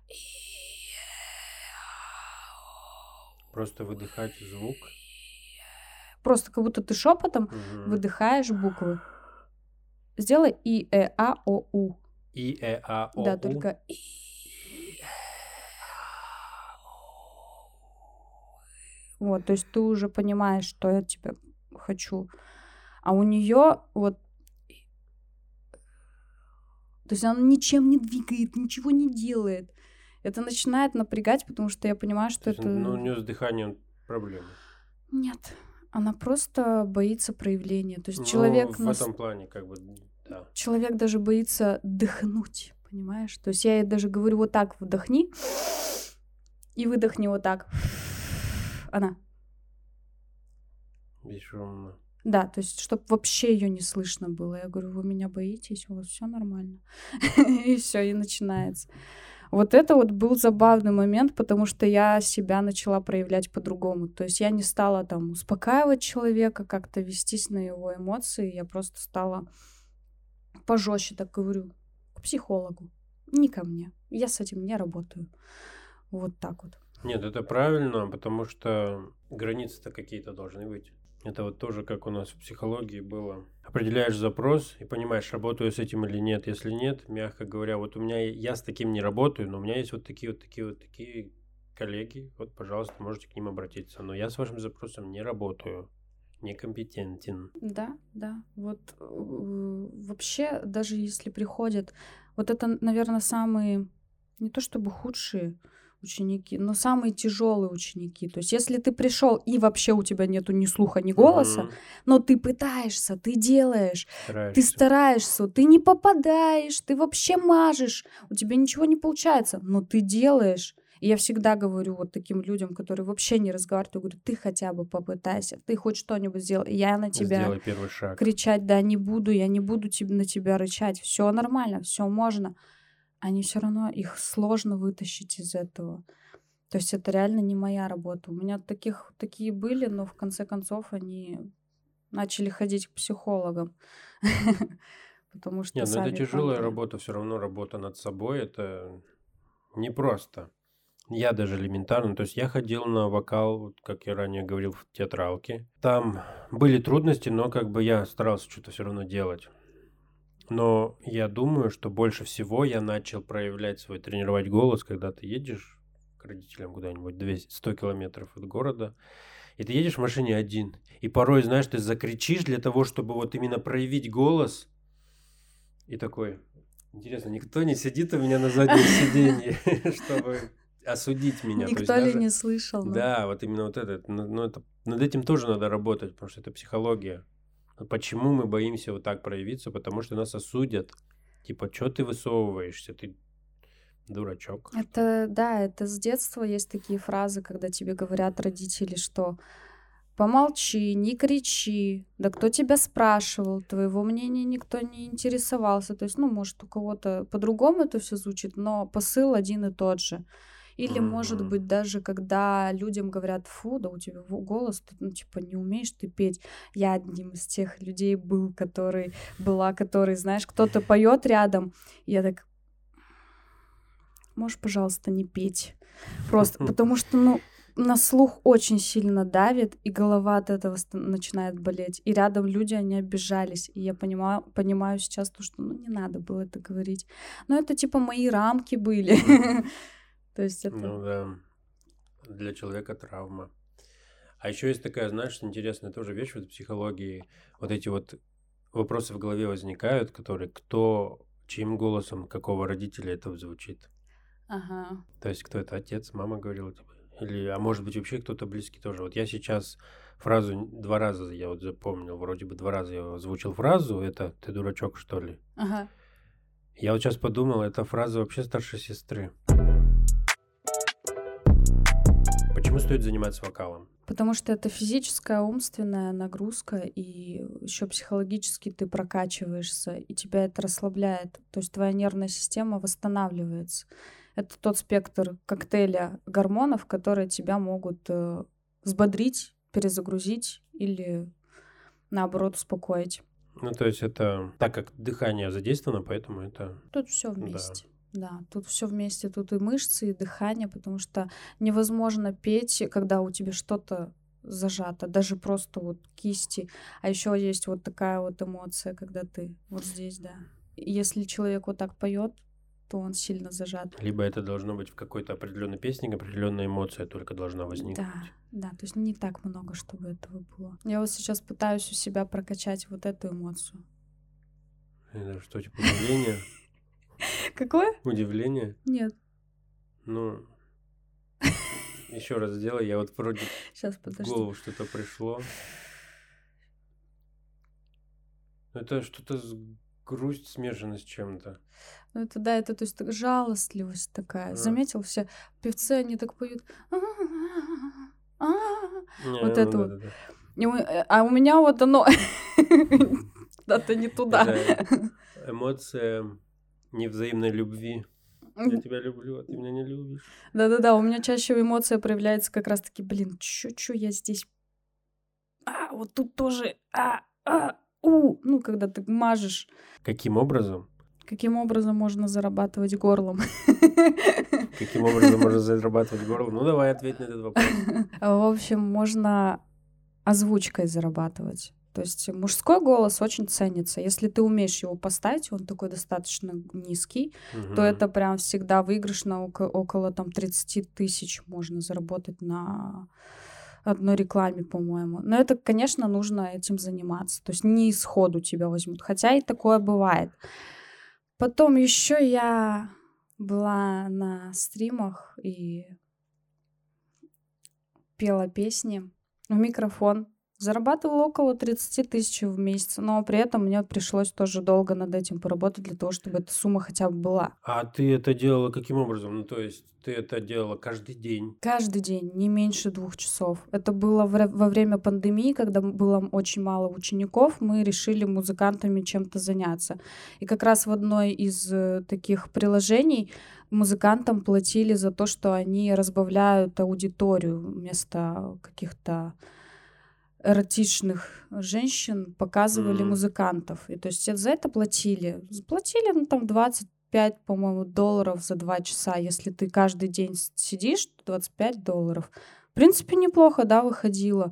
Просто выдыхать звук. Просто как будто ты шепотом Мгм. выдыхаешь буквы. Сделай и, э, а, о, у. И, э, а, о, Да, у. только вот, то есть ты уже понимаешь, что я тебе хочу. А у нее вот, то есть она ничем не двигает, ничего не делает. Это начинает напрягать, потому что я понимаю, что То есть, это... ну, у нее с дыханием проблемы. Нет, она просто боится проявления. То есть Ну, человек, в нас- этом плане, как бы, да. человек даже боится дыхнуть, понимаешь? То есть я ей даже говорю, вот так вдохни и выдохни вот так. Она, Бесшумно. да, то есть чтобы вообще ее не слышно было. Я говорю, вы меня боитесь, у вас все нормально. И все, и начинается. Вот это вот был забавный момент, потому что я себя начала проявлять по-другому. То есть я не стала там успокаивать человека, как-то вестись на его эмоции. Я просто стала пожестче, так говорю, к психологу, не ко мне. Я с этим не работаю. Вот так вот. Нет, это правильно, потому что границы-то какие-то должны быть. Это вот тоже как у нас в психологии было. Определяешь запрос и понимаешь, работаю с этим или нет. Если нет, мягко говоря, вот у меня я с таким не работаю, но у меня есть вот такие вот такие вот такие коллеги. Вот, пожалуйста, можете к ним обратиться. Но я с вашим запросом не работаю. Некомпетентен. Да, да. Вот э, вообще, даже если приходят, вот это, наверное, самые, не то чтобы худшие ученики, но самые тяжелые ученики. То есть, если ты пришел и вообще у тебя нету ни слуха, ни голоса, Мгм. но ты пытаешься, ты делаешь, ты Стараешься. стараешься, ты не попадаешь, ты вообще мажешь, у тебя ничего не получается, но ты делаешь. И я всегда говорю вот таким людям, которые вообще не разговаривают, я говорю, ты хотя бы попытайся, ты хоть что-нибудь сделай. И я на тебя Сделай первый шаг. кричать, да, не буду, я не буду тебе, на тебя рычать, все нормально, все можно. Они все равно, их сложно вытащить из этого. То есть это реально не моя работа. У меня таких, такие были, но в конце концов они начали ходить к психологам. Потому что Нет, ну это сами тяжелая поняли. работа, все равно работа над собой, это непросто. Я даже элементарно, то есть я ходил на вокал, вот как я ранее говорил, в театралке. Там были трудности, но как бы я старался что-то все равно делать. Но я думаю, что больше всего я начал проявлять свой, тренировать голос, когда ты едешь к родителям куда-нибудь двести сто километров от города, и ты едешь в машине один. И порой, знаешь, ты закричишь для того, чтобы вот именно проявить голос. И такой, интересно, никто не сидит у меня на заднем сиденье, чтобы осудить меня. То есть Никто ли даже, не слышал, ну? да, вот именно вот это, ну, ну, это, над этим тоже надо работать, потому что это психология. Вот почему мы боимся вот так проявиться? Потому что нас осудят. Типа, что ты высовываешься? Ты дурачок. что ли?» Это, да, это с детства есть такие фразы, когда тебе говорят родители, что помолчи, не кричи, да кто тебя спрашивал, твоего мнения никто не интересовался. То есть, ну, может, у кого-то по-другому это все звучит, но посыл один и тот же. Или, может Мгм. быть, даже когда людям говорят, фу, да у тебя во- голос, ты, ну, типа, не умеешь ты петь. Я одним из тех людей был, который, была, который, знаешь, кто-то поет рядом, и я так, можешь, пожалуйста, не петь. Просто потому что, ну, на слух очень сильно давит, и голова от этого ст- начинает болеть. И рядом люди, они обижались. И я понимаю, понимаю сейчас то, что, ну, не надо было это говорить. Но это, типа, мои рамки были. Мгм. То есть это... Ну да, для человека травма. А еще есть такая, знаешь, интересная тоже вещь вот в психологии. Вот эти вот вопросы в голове возникают, которые кто, чьим голосом, какого родителя это звучит. Ага. То есть кто это, отец, мама говорила тебе? Или, а может быть вообще кто-то близкий тоже. Вот я сейчас фразу н- два раза я вот запомнил, вроде бы два раза я озвучил фразу, это «ты дурачок, что ли?» Ага. Я вот сейчас подумал, это фраза вообще старшей сестры. Почему стоит заниматься вокалом? Потому что это физическая, умственная нагрузка, и еще психологически ты прокачиваешься, и тебя это расслабляет. То есть твоя нервная система восстанавливается. Это тот спектр коктейля гормонов, которые тебя могут э, взбодрить, перезагрузить или наоборот успокоить. Ну, то есть это так как дыхание задействовано, поэтому это, Тут все да. вместе. Да, тут все вместе, тут и мышцы, и дыхание, потому что невозможно петь, когда у тебя что-то зажато, даже просто вот кисти. А еще есть вот такая вот эмоция, когда ты вот здесь, да. И если человек вот так поет, то он сильно зажат. Либо это должно быть в какой-то определенной песне, определенная эмоция только должна возникнуть. Да, да, то есть не так много, чтобы этого было. Я вот сейчас пытаюсь у себя прокачать вот эту эмоцию. Это что, типа удивление? Какое? Удивление? Нет, Ну, еще раз сделай, я вот вроде сейчас в подожди. голову что-то пришло. Это что-то с грусть смешано с чем-то. Ну, это да, это то есть так жалостливость такая. А. Заметил, все певцы, они так поют. А, Не, Вот ну это вот. да-да-да. И мы- э, А у меня вот оно куда-то не туда. Это эмоция невзаимной любви. Я тебя люблю, а ты меня не любишь. Да-да-да, у меня чаще эмоция проявляется как раз-таки, блин, чё-чё я здесь... А, вот тут тоже... А, а, у. Ну, когда ты мажешь. Каким образом? Каким образом можно зарабатывать горлом? Каким образом можно зарабатывать горлом? Ну, давай ответь на этот вопрос. В общем, можно озвучкой зарабатывать. То есть мужской голос очень ценится. Если ты умеешь его поставить, он такой достаточно низкий, Мгм. то это прям всегда выигрышно. Око- около там тридцать тысяч можно заработать на одной рекламе, по-моему. Но это, конечно, нужно этим заниматься. То есть не исходу тебя возьмут. Хотя и такое бывает. Потом еще я была на стримах и пела песни в микрофон. Зарабатывала около тридцать тысяч в месяц, но при этом мне пришлось тоже долго над этим поработать для того, чтобы эта сумма хотя бы была. А ты это делала каким образом? Ну, то есть ты это делала каждый день? Каждый день, не меньше двух часов. Это было вре- во время пандемии, когда м- было очень мало учеников, мы решили музыкантами чем-то заняться. И как раз в одной из э, таких приложений музыкантам платили за то, что они разбавляют аудиторию вместо каких-то эротичных женщин показывали М. музыкантов. И то есть за это платили. Платили, ну, там двадцать пять, по-моему, долларов за два часа. Если ты каждый день с- сидишь, то двадцать пять долларов. В принципе, неплохо, да, выходило.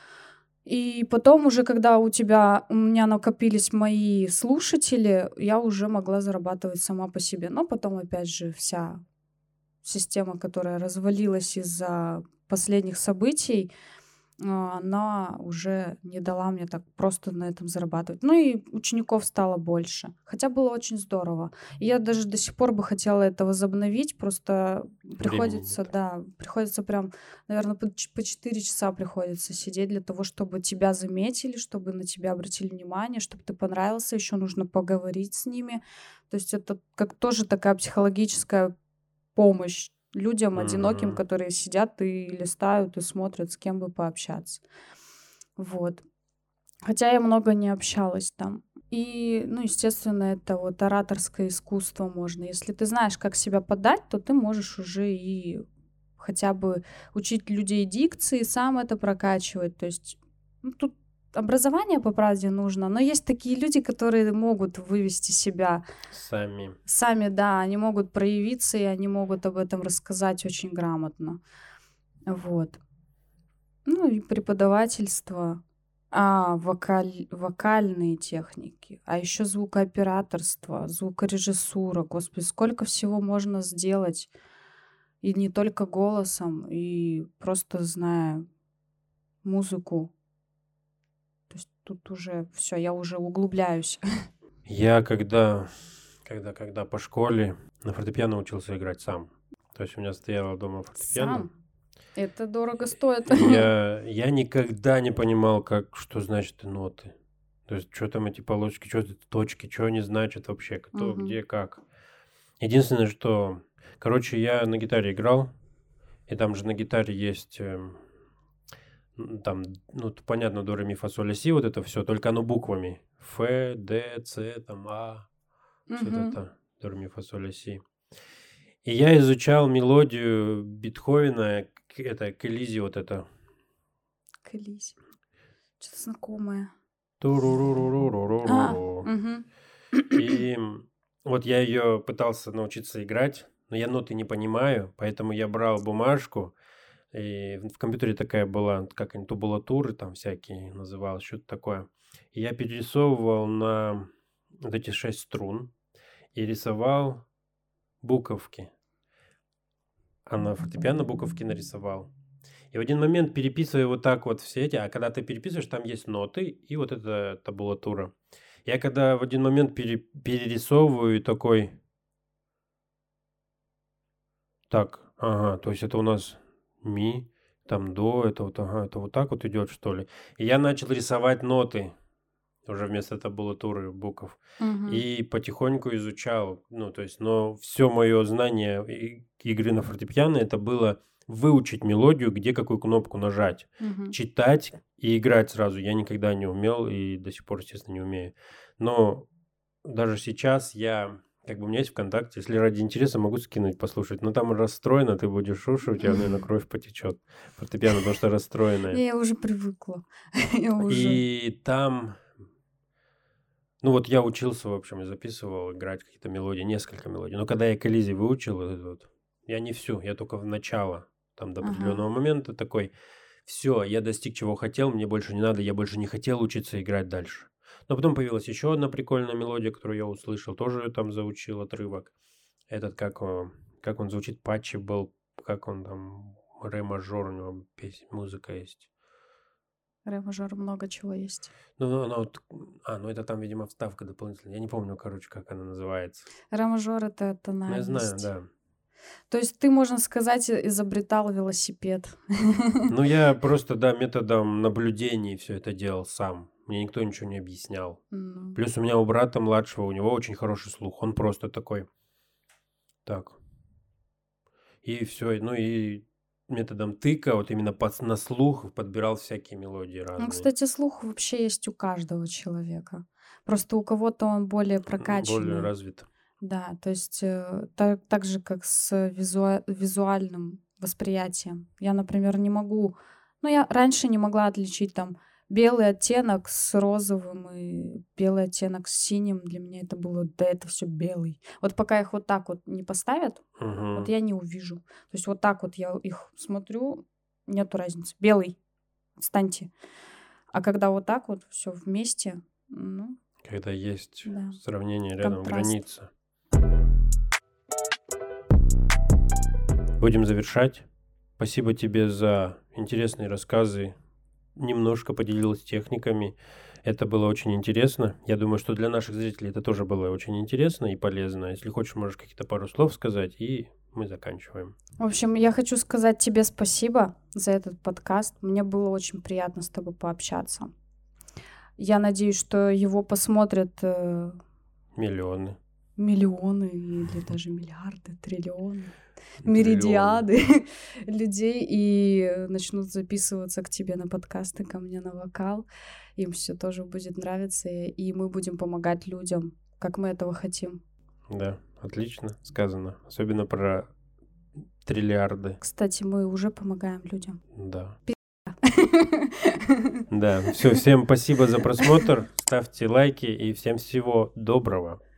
И потом уже, когда у тебя, у меня накопились мои слушатели, я уже могла зарабатывать сама по себе. Но потом, опять же, вся система, которая развалилась из-за последних событий, а, она уже не дала мне так просто на этом зарабатывать. Ну и учеников стало больше. Хотя было очень здорово. И я даже до сих пор бы хотела это возобновить, просто Времени приходится, нет. да, приходится прям, наверное, по, ч- по четыре часа приходится сидеть для того, чтобы тебя заметили, чтобы на тебя обратили внимание, чтобы ты понравился, еще нужно поговорить с ними. То есть это как тоже такая психологическая помощь людям одиноким, Мгм. которые сидят и листают, и смотрят, с кем бы пообщаться. Вот. Хотя я много не общалась там. И, ну, естественно, это вот ораторское искусство можно. Если ты знаешь, как себя подать, то ты можешь уже и хотя бы учить людей дикции, сам это прокачивать. То есть ну, тут образование, по правде, нужно, но есть такие люди, которые могут вывести себя Сами. сами, да, они могут проявиться, и они могут об этом рассказать очень грамотно. Вот. Ну и преподавательство, а, вокаль- вокальные техники, а еще звукооператорство, звукорежиссура. Господи, сколько всего можно сделать. И не только голосом, и просто зная музыку. То есть тут уже все, я уже углубляюсь. Я когда, когда, когда по школе на фортепиано учился играть сам. То есть у меня стояло дома фортепиано. Сам. Это дорого стоит. Я, я никогда не понимал, как, что значит ноты. То есть, что там эти полосочки, что это точки, что они значат вообще, кто, Мгм. где, как. Единственное, что... Короче, я на гитаре играл, и там же на гитаре есть... эм, м, там, ну, т- понятно, до, ре, ми, фа, соль, ля, си, вот это все, только оно буквами. Ф, Д, С, там, А, все вот Мгм. это, до, ре, ми, фа, соль, ля, си. И я изучал мелодию Бетховена, к- это, к Элизе, вот это. Колись. Что-то знакомое. А, Туруруруруруруру. мгм. И м, вот я ее пытался научиться играть, но я ноты не понимаю, поэтому я брал бумажку, и в в компьютере такая была, как они, тубулатуры там всякие называлось, что-то такое. И я перерисовывал на вот эти шесть струн и рисовал буковки, а на фортепиано буковки нарисовал. И в один момент переписываю вот так вот все эти, а когда ты переписываешь, там есть ноты и вот эта табулатура. Я когда в один момент пере- перерисовываю и такой, так, ага, то есть это у нас ми, там до, это вот, ага, это вот так вот идет, что ли. И я начал рисовать ноты уже вместо табулатуры букв. Мгм. И потихоньку изучал, ну, то есть, но все мое знание и- игры на фортепиано это было выучить мелодию, где какую кнопку нажать. Мгм. Читать и играть сразу я никогда не умел и до сих пор, естественно, не умею. Но даже сейчас я, как бы у меня есть ВКонтакте, если ради интереса могу скинуть, послушать. Но там расстроено, ты будешь шушать, у тебя, наверное, кровь потечет. Фортепиано, потому что расстроенное. Я уже привыкла. Я уже. И там Ну вот я учился, в общем, и записывал играть какие-то мелодии, несколько мелодий. Но когда я коллизии выучил, вот это вот, я не всю, я только в начало, там до определенного Ага. момента такой, все, я достиг чего хотел, мне больше не надо, я больше не хотел учиться играть дальше. Но потом появилась еще одна прикольная мелодия, которую я услышал, тоже там заучил отрывок. Этот, как, он- как он звучит, патчи был, как он там, ре мажор, у него песня, музыка есть. Ре-мажор много чего есть. Ну, ну, она вот, а, ну это там, видимо, вставка дополнительная. Я не помню, короче, как она называется. Ре-мажор — это Ну, я знаю, тональность. да. То есть ты, можно сказать, и- изобретал велосипед. Ну, я просто, да, методом наблюдений все это делал сам. Мне никто ничего не объяснял. Ну, Плюс у меня у брата младшего, у него очень хороший слух. Он просто такой, так. И все, ну и методом тыка, вот именно под, на слух подбирал всякие мелодии Ну, разные. кстати, слух вообще есть у каждого человека. Просто у кого-то он более М, Более прокачанный. развит. Да, то есть э, так, так же, как с визуа- визуальным восприятием. Я, например, не могу... Ну, я раньше не могла отличить там белый оттенок с розовым и белый оттенок с синим. Для меня это было, да это все белый. Вот пока их вот так вот не поставят, вот Мгм. я не увижу. То есть вот так вот я их смотрю, нету разницы. Белый, отстаньте. А когда вот так вот все вместе, ну, Когда есть да, сравнение рядом, контраст. граница. Будем завершать. Спасибо тебе за интересные рассказы. Немножко поделилась техниками. Это было очень интересно. Я думаю, что для наших зрителей это тоже было очень интересно и полезно. Если хочешь, можешь какие-то пару слов сказать, и мы заканчиваем. В общем, я хочу сказать тебе спасибо за этот подкаст. Мне было очень приятно с тобой пообщаться. Я надеюсь, что его посмотрят э, Миллионы. миллионы или даже миллиарды, триллионы, Триллионы. меридиады людей и начнут записываться к тебе на подкасты, ко мне на вокал. Им все тоже будет нравиться, и мы будем помогать людям, как мы этого хотим. Да, отлично сказано. Особенно про триллиарды. Кстати, мы уже помогаем людям. Да. Да, все, всем спасибо за просмотр. Ставьте лайки и всем всего доброго.